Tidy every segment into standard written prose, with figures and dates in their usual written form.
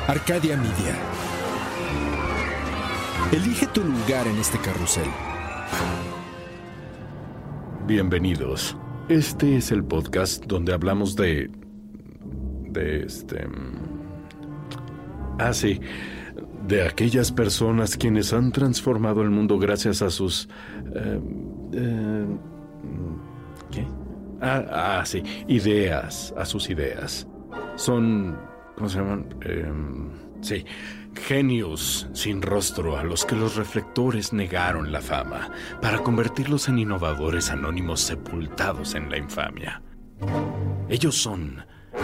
Arcadia Media. Elige tu lugar en este carrusel. Bienvenidos. Este es el podcast donde hablamos de aquellas personas quienes han transformado el mundo gracias a sus... ¿Qué? Sí, ideas, a sus ideas. Son... ¿Cómo se llaman? Genios sin rostro a los que los reflectores negaron la fama para convertirlos en innovadores anónimos sepultados en la infamia. Ellos son...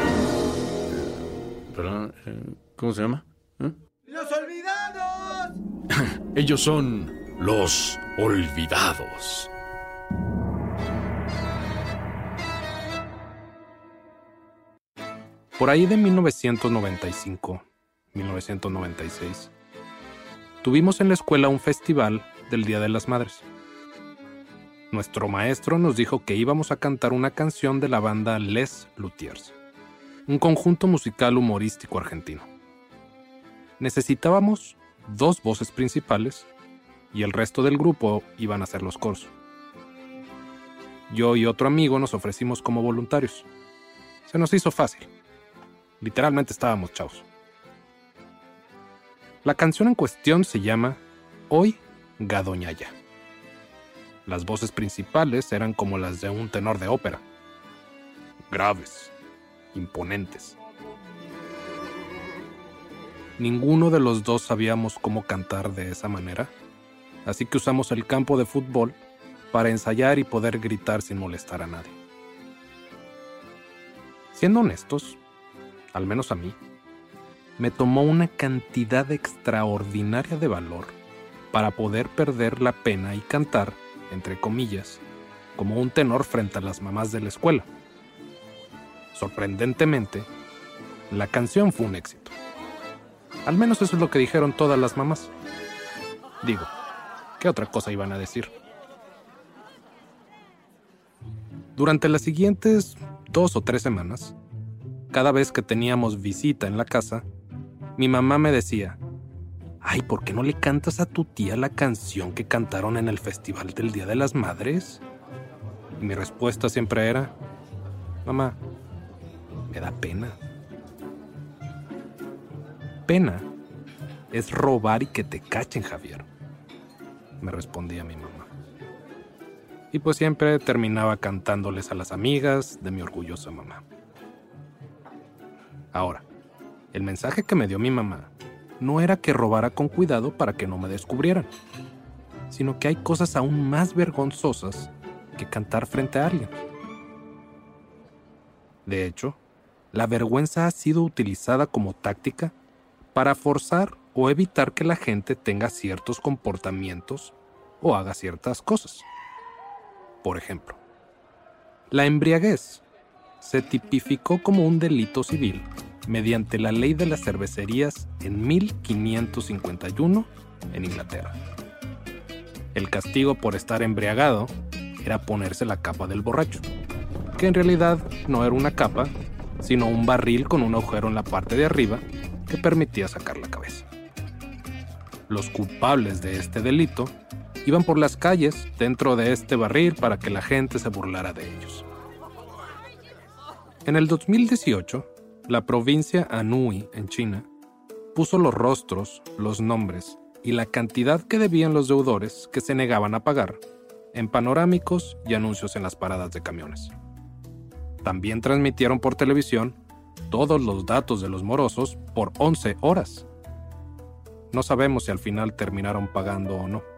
¿Cómo se llama? ¡Los olvidados! Ellos son los olvidados. Por ahí de 1995, 1996, tuvimos en la escuela un festival del Día de las Madres. Nuestro maestro nos dijo que íbamos a cantar una canción de la banda Les Luthiers, un conjunto musical humorístico argentino. Necesitábamos 2 voces principales y el resto del grupo iban a hacer los coros. Yo y otro amigo nos ofrecimos como voluntarios. Se nos hizo fácil. Literalmente estábamos chavos. La canción en cuestión se llama Hoy Gadoñaya. Las voces principales eran como las de un tenor de ópera. Graves, imponentes. Ninguno de los dos sabíamos cómo cantar de esa manera, así que usamos el campo de fútbol para ensayar y poder gritar sin molestar a nadie. Siendo honestos, al menos a mí, me tomó una cantidad extraordinaria de valor para poder perder la pena y cantar, entre comillas, como un tenor frente a las mamás de la escuela. Sorprendentemente, la canción fue un éxito. Al menos eso es lo que dijeron todas las mamás. Digo, ¿qué otra cosa iban a decir? Durante las siguientes 2 o 3 semanas, cada vez que teníamos visita en la casa, mi mamá me decía: «Ay, ¿por qué no le cantas a tu tía la canción que cantaron en el festival del Día de las Madres?» Y mi respuesta siempre era: «Mamá, me da pena». Pena es robar y que te cachen, Javier, me respondía mi mamá. Y pues siempre terminaba cantándoles a las amigas de mi orgullosa mamá. Ahora, el mensaje que me dio mi mamá no era que robara con cuidado para que no me descubrieran, sino que hay cosas aún más vergonzosas que cantar frente a alguien. De hecho, la vergüenza ha sido utilizada como táctica para forzar o evitar que la gente tenga ciertos comportamientos o haga ciertas cosas. Por ejemplo, la embriaguez se tipificó como un delito civil mediante la ley de las cervecerías en 1551 en Inglaterra. El castigo por estar embriagado era ponerse la capa del borracho, que en realidad no era una capa, sino un barril con un agujero en la parte de arriba que permitía sacar la cabeza. Los culpables de este delito iban por las calles dentro de este barril para que la gente se burlara de ellos. En el 2018, la provincia Anhui, en China, puso los rostros, los nombres y la cantidad que debían los deudores que se negaban a pagar en panorámicos y anuncios en las paradas de camiones. También transmitieron por televisión todos los datos de los morosos por 11 horas. No sabemos si al final terminaron pagando o no.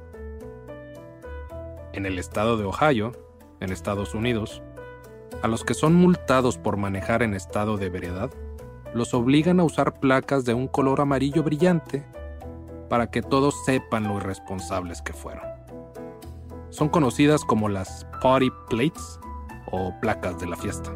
En el estado de Ohio, en Estados Unidos, a los que son multados por manejar en estado de ebriedad, los obligan a usar placas de un color amarillo brillante para que todos sepan lo irresponsables que fueron. Son conocidas como las party plates o placas de la fiesta.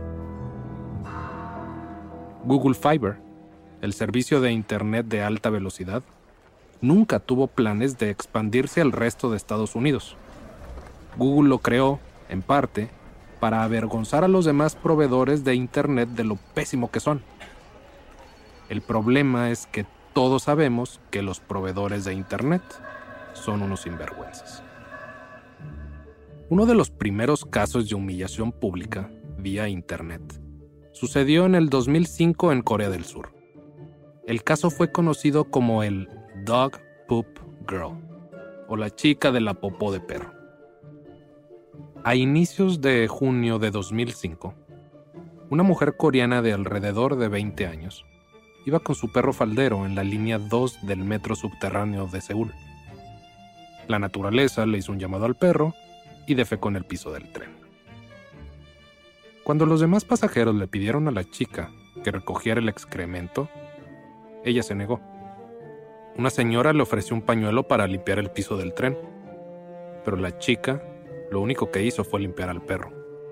Google Fiber, el servicio de Internet de alta velocidad, nunca tuvo planes de expandirse al resto de Estados Unidos. Google lo creó, en parte, para avergonzar a los demás proveedores de Internet de lo pésimo que son. El problema es que todos sabemos que los proveedores de Internet son unos sinvergüenzas. Uno de los primeros casos de humillación pública vía Internet sucedió en el 2005 en Corea del Sur. El caso fue conocido como el Dog Poop Girl, o la chica de la popó de perro. A inicios de junio de 2005, una mujer coreana de alrededor de 20 años iba con su perro faldero en la línea 2 del metro subterráneo de Seúl. La naturaleza le hizo un llamado al perro y defecó en el piso del tren. Cuando los demás pasajeros le pidieron a la chica que recogiera el excremento, ella se negó. Una señora le ofreció un pañuelo para limpiar el piso del tren, pero la chica lo único que hizo fue limpiar al perro.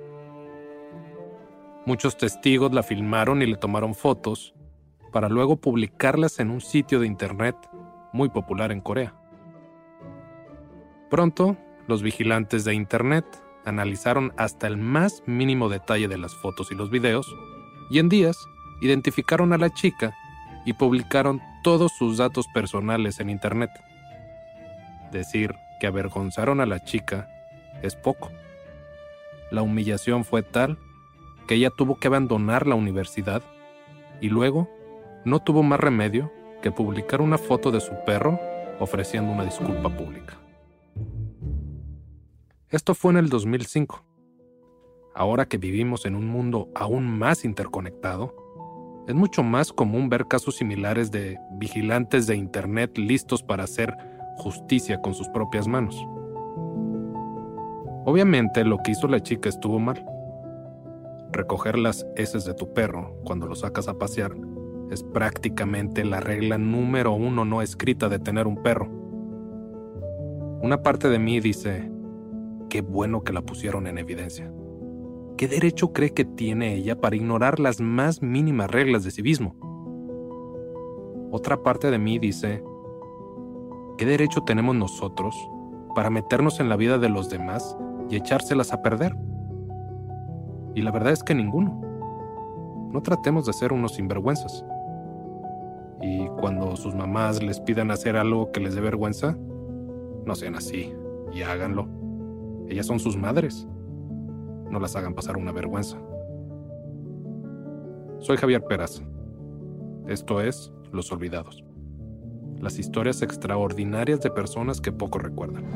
Muchos testigos la filmaron y le tomaron fotos para luego publicarlas en un sitio de internet muy popular en Corea. Pronto, los vigilantes de internet analizaron hasta el más mínimo detalle de las fotos y los videos y en días identificaron a la chica y publicaron todos sus datos personales en internet. Decir que avergonzaron a la chica es poco. La humillación fue tal que ella tuvo que abandonar la universidad y luego no tuvo más remedio que publicar una foto de su perro ofreciendo una disculpa pública. Esto fue en el 2005. Ahora que vivimos en un mundo aún más interconectado, es mucho más común ver casos similares de vigilantes de internet listos para hacer justicia con sus propias manos. Obviamente lo que hizo la chica estuvo mal. Recoger las heces de tu perro cuando lo sacas a pasear es prácticamente la regla número 1 no escrita de tener un perro. Una parte de mí dice, qué bueno que la pusieron en evidencia. ¿Qué derecho cree que tiene ella para ignorar las más mínimas reglas de civismo? Otra parte de mí dice, ¿qué derecho tenemos nosotros para meternos en la vida de los demás y echárselas a perder? Y la verdad es que ninguno. No tratemos de ser unos sinvergüenzas. Y cuando sus mamás les pidan hacer algo que les dé vergüenza, no sean así y háganlo. Ellas son sus madres. No las hagan pasar una vergüenza. Soy Javier Peraza. Esto es Los Olvidados. Las historias extraordinarias de personas que poco recuerdan.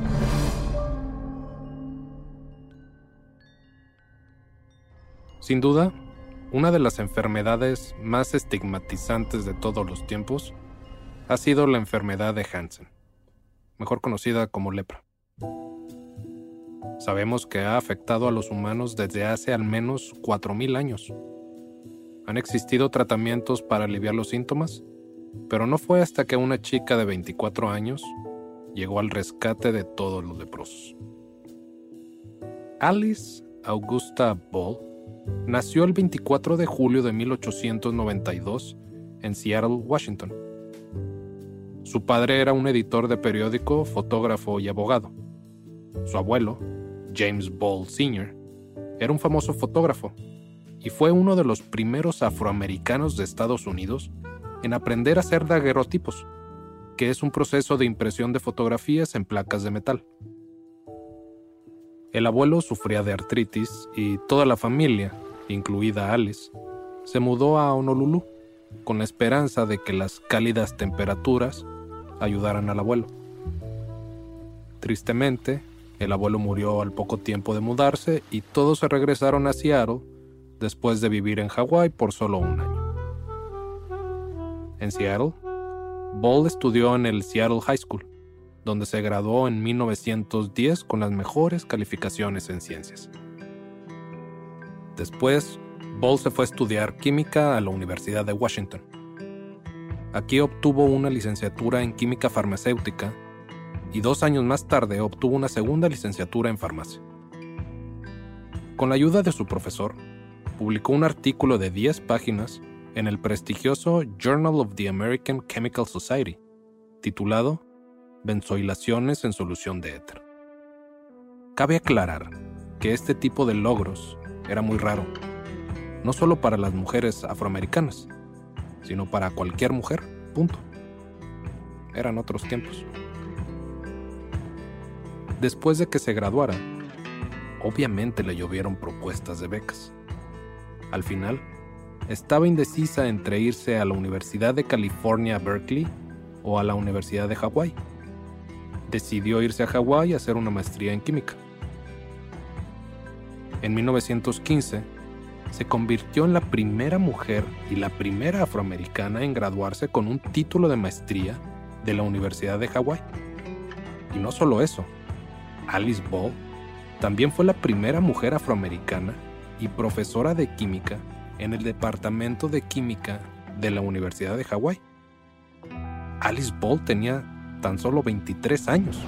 Sin duda, una de las enfermedades más estigmatizantes de todos los tiempos ha sido la enfermedad de Hansen, mejor conocida como lepra. Sabemos que ha afectado a los humanos desde hace al menos 4,000 años. Han existido tratamientos para aliviar los síntomas, pero no fue hasta que una chica de 24 años llegó al rescate de todos los leprosos. Alice Augusta Ball nació el 24 de julio de 1892 en Seattle, Washington. Su padre era un editor de periódico, fotógrafo y abogado. Su abuelo, James Ball Sr., era un famoso fotógrafo y fue uno de los primeros afroamericanos de Estados Unidos en aprender a hacer daguerrotipos, que es un proceso de impresión de fotografías en placas de metal. El abuelo sufría de artritis y toda la familia, incluida Alice, se mudó a Honolulu con la esperanza de que las cálidas temperaturas ayudaran al abuelo. Tristemente, el abuelo murió al poco tiempo de mudarse y todos se regresaron a Seattle después de vivir en Hawái por solo un año. En Seattle, Ball estudió en el Seattle High School, donde se graduó en 1910 con las mejores calificaciones en ciencias. Después, Ball se fue a estudiar química a la Universidad de Washington. Aquí obtuvo una licenciatura en química farmacéutica y 2 años más tarde obtuvo una segunda licenciatura en farmacia. Con la ayuda de su profesor, publicó un artículo de 10 páginas en el prestigioso Journal of the American Chemical Society, titulado Benzoilaciones en solución de éter. Cabe aclarar que este tipo de logros era muy raro, no solo para las mujeres afroamericanas, sino para cualquier mujer, punto. Eran otros tiempos. Después de que se graduara, obviamente le llovieron propuestas de becas. Al final, estaba indecisa entre irse a la Universidad de California, Berkeley, o a la Universidad de Hawái. Decidió irse a Hawái a hacer una maestría en química. En 1915, se convirtió en la primera mujer y la primera afroamericana en graduarse con un título de maestría de la Universidad de Hawái. Y no solo eso, Alice Ball también fue la primera mujer afroamericana y profesora de química en el Departamento de Química de la Universidad de Hawái. Alice Ball tenía tan solo 23 años.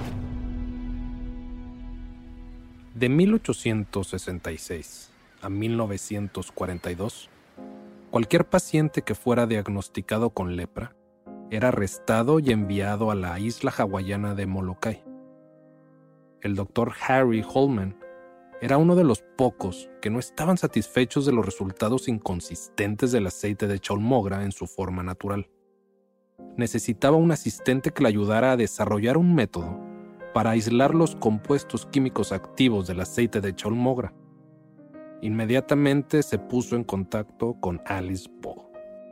De 1866 a 1942, cualquier paciente que fuera diagnosticado con lepra era arrestado y enviado a la isla hawaiana de Molokai. El doctor Harry Holman era uno de los pocos que no estaban satisfechos de los resultados inconsistentes del aceite de cholmogra en su forma natural. Necesitaba un asistente que le ayudara a desarrollar un método para aislar los compuestos químicos activos del aceite de cholmogra. Inmediatamente se puso en contacto con Alice Ball.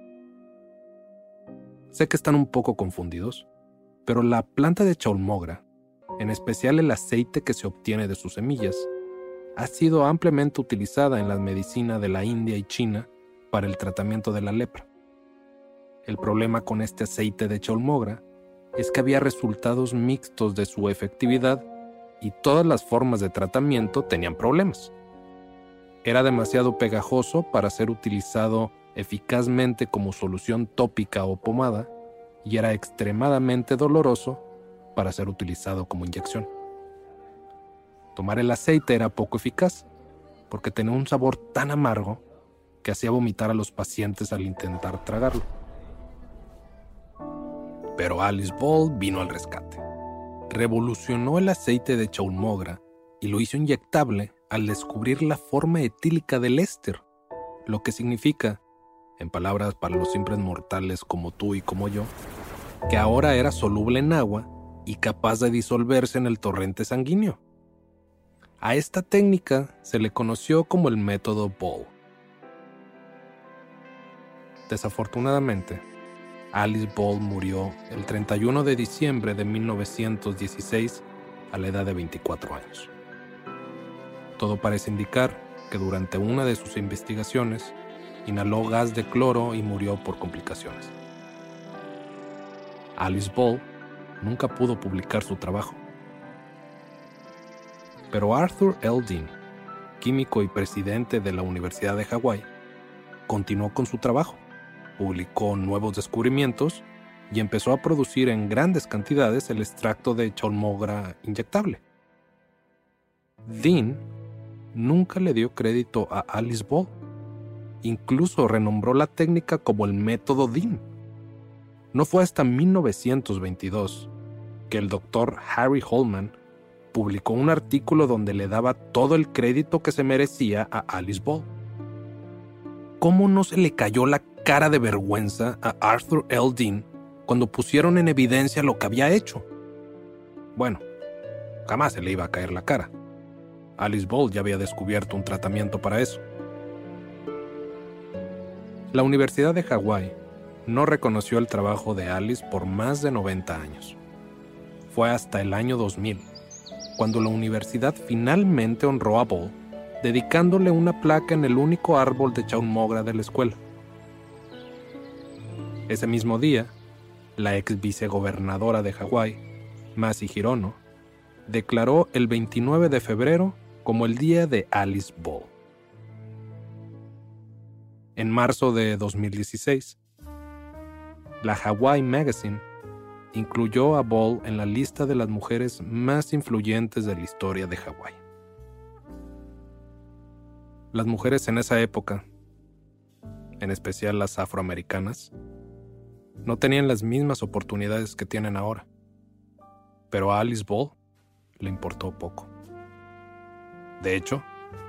Sé que están un poco confundidos, pero la planta de cholmogra, en especial el aceite que se obtiene de sus semillas, ha sido ampliamente utilizada en la medicina de la India y China para el tratamiento de la lepra. El problema con este aceite de cholmogra es que había resultados mixtos de su efectividad y todas las formas de tratamiento tenían problemas. Era demasiado pegajoso para ser utilizado eficazmente como solución tópica o pomada y era extremadamente doloroso para ser utilizado como inyección. Tomar el aceite era poco eficaz porque tenía un sabor tan amargo que hacía vomitar a los pacientes al intentar tragarlo. Pero Alice Ball vino al rescate. Revolucionó el aceite de cholmogra y lo hizo inyectable al descubrir la forma etílica del éster, lo que significa, en palabras para los simples mortales como tú y como yo, que ahora era soluble en agua y capaz de disolverse en el torrente sanguíneo. A esta técnica se le conoció como el método Ball. Desafortunadamente, Alice Ball murió el 31 de diciembre de 1916 a la edad de 24 años. Todo parece indicar que durante una de sus investigaciones inhaló gas de cloro y murió por complicaciones. Alice Ball nunca pudo publicar su trabajo. Pero Arthur L. Dean, químico y presidente de la Universidad de Hawái, continuó con su trabajo, publicó nuevos descubrimientos y empezó a producir en grandes cantidades el extracto de cholmogra inyectable. Dean nunca le dio crédito a Alice Ball. Incluso renombró la técnica como el método Dean. No fue hasta 1922 que el doctor Harry Holman publicó un artículo donde le daba todo el crédito que se merecía a Alice Ball. ¿Cómo no se le cayó la cara de vergüenza a Arthur L. Dean cuando pusieron en evidencia lo que había hecho? Bueno, jamás se le iba a caer la cara. Alice Ball ya había descubierto un tratamiento para eso. La Universidad de Hawái no reconoció el trabajo de Alice por más de 90 años. Fue hasta el año 2000, cuando la universidad finalmente honró a Ball, dedicándole una placa en el único árbol de cholmogra de la escuela. Ese mismo día, la ex vicegobernadora de Hawái, Massey Hirono, declaró el 29 de febrero como el día de Alice Ball. En marzo de 2016, la Hawaii Magazine incluyó a Ball en la lista de las mujeres más influyentes de la historia de Hawái. Las mujeres en esa época, en especial las afroamericanas, no tenían las mismas oportunidades que tienen ahora, pero a Alice Ball le importó poco. De hecho,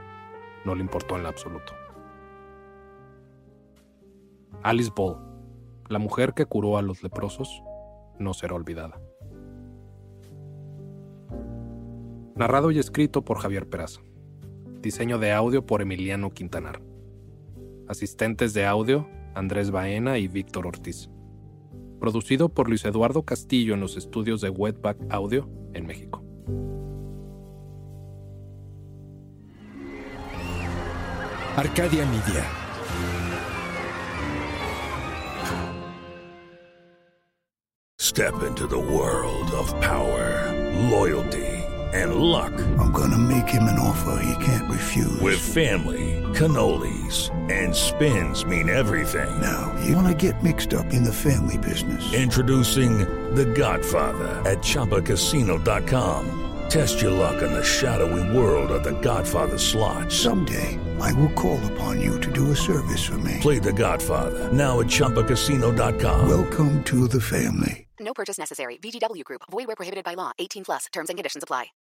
no le importó en lo absoluto. Alice Ball la mujer que curó a los leprosos no será olvidada. Narrado y escrito por Javier Peraza. Diseño de audio por Emiliano Quintanar. Asistentes de audio, Andrés Baena y Víctor Ortiz. Producido por Luis Eduardo Castillo en los estudios de Wetback Audio en México. Arcadia Media. Step into the world of power, loyalty, and luck. I'm gonna make him an offer he can't refuse. With family, cannolis, and spins mean everything. Now, you wanna get mixed up in the family business. Introducing The Godfather at ChumbaCasino.com. Test your luck in the shadowy world of The Godfather slot. Someday, I will call upon you to do a service for me. Play The Godfather, now at ChumbaCasino.com. Welcome to the family. No purchase necessary. VGW Group. Void where prohibited by law. 18+. Terms and conditions apply.